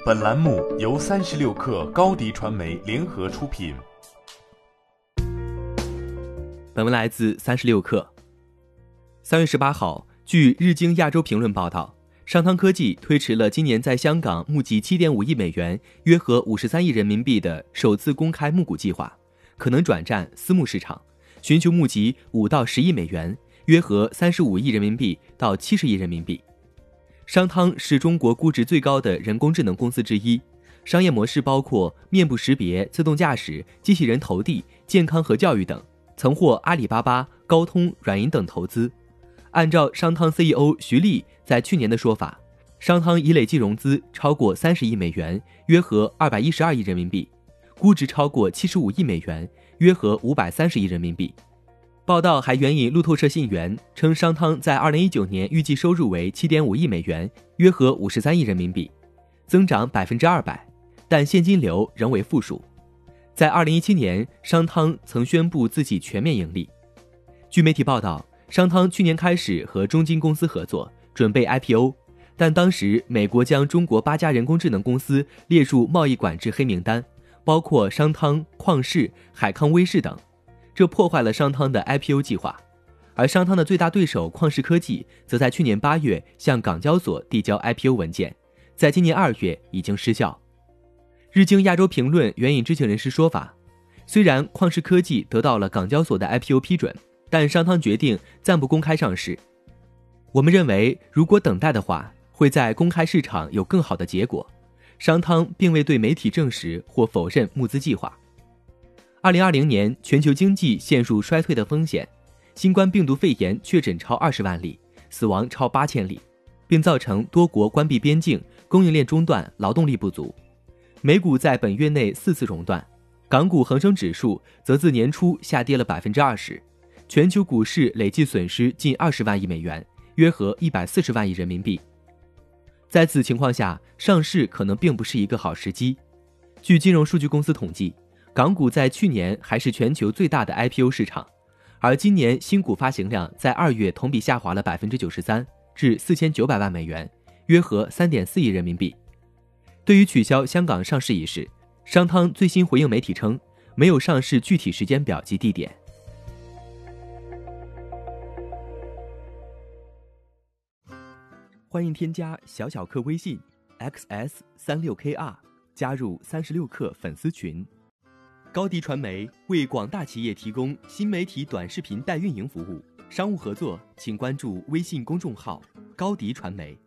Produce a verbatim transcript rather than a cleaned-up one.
本栏目由三十六氪高低传媒联合出品。 本文来自三十六氪。三月十八号，据日经亚洲评论报道，商汤科技推迟了今年在香港募集 七点五亿美元，约合五十三亿人民币的首次公开募股计划，可能转战私募市场，寻求募集五到十亿美元，约合三十五亿人民币到七十亿人民币。商汤是中国估值最高的人工智能公司之一，商业模式包括面部识别、自动驾驶、机器人投递、健康和教育等，曾获阿里巴巴、高通、软银等投资。按照商汤 C E O 徐立在去年的说法，商汤已累计融资超过三十亿美元，约合二百一十二亿人民币，估值超过七十五亿美元，约合五百三十亿人民币。报道还援引路透社信源称，商汤在二零一九年预计收入为 七点五亿美元，约合五十三亿人民币，增长 百分之二百， 但现金流仍为负数。在二零一七年，商汤曾宣布自己全面盈利。据媒体报道，商汤去年开始和中金公司合作，准备 I P O， 但当时美国将中国八家人工智能公司列入贸易管制黑名单，包括商汤、旷视、海康威视等，这破坏了商汤的 I P O 计划。而商汤的最大对手旷视科技则在去年八月向港交所递交 I P O 文件，在今年二月已经失效。日经亚洲评论援引知情人士说法，虽然旷视科技得到了港交所的 I P O 批准，但商汤决定暂不公开上市。我们认为，如果等待的话，会在公开市场有更好的结果。商汤并未对媒体证实或否认募资计划。二零二零年，全球经济陷入衰退的风险，新冠病毒肺炎确诊超二十万例，死亡超八千例，并造成多国关闭边境、供应链中断、劳动力不足。美股在本月内四次熔断，港股恒生指数则自年初下跌了 百分之二十， 全球股市累计损失近二十万亿美元，约合一百四十万亿人民币。在此情况下，上市可能并不是一个好时机。据金融数据公司统计，港股在去年还是全球最大的 I P O 市场，而今年新股发行量在二月同比下滑了 百分之九十三， 至四千九百万美元，约合 三点四亿人民币。对于取消香港上市一事，商汤最新回应媒体称，没有上市具体时间表及地点。欢迎添加小小客微信 X S 三六 K R 加入三十六氪粉丝群。高迪传媒为广大企业提供新媒体短视频代运营服务，商务合作请关注微信公众号高迪传媒。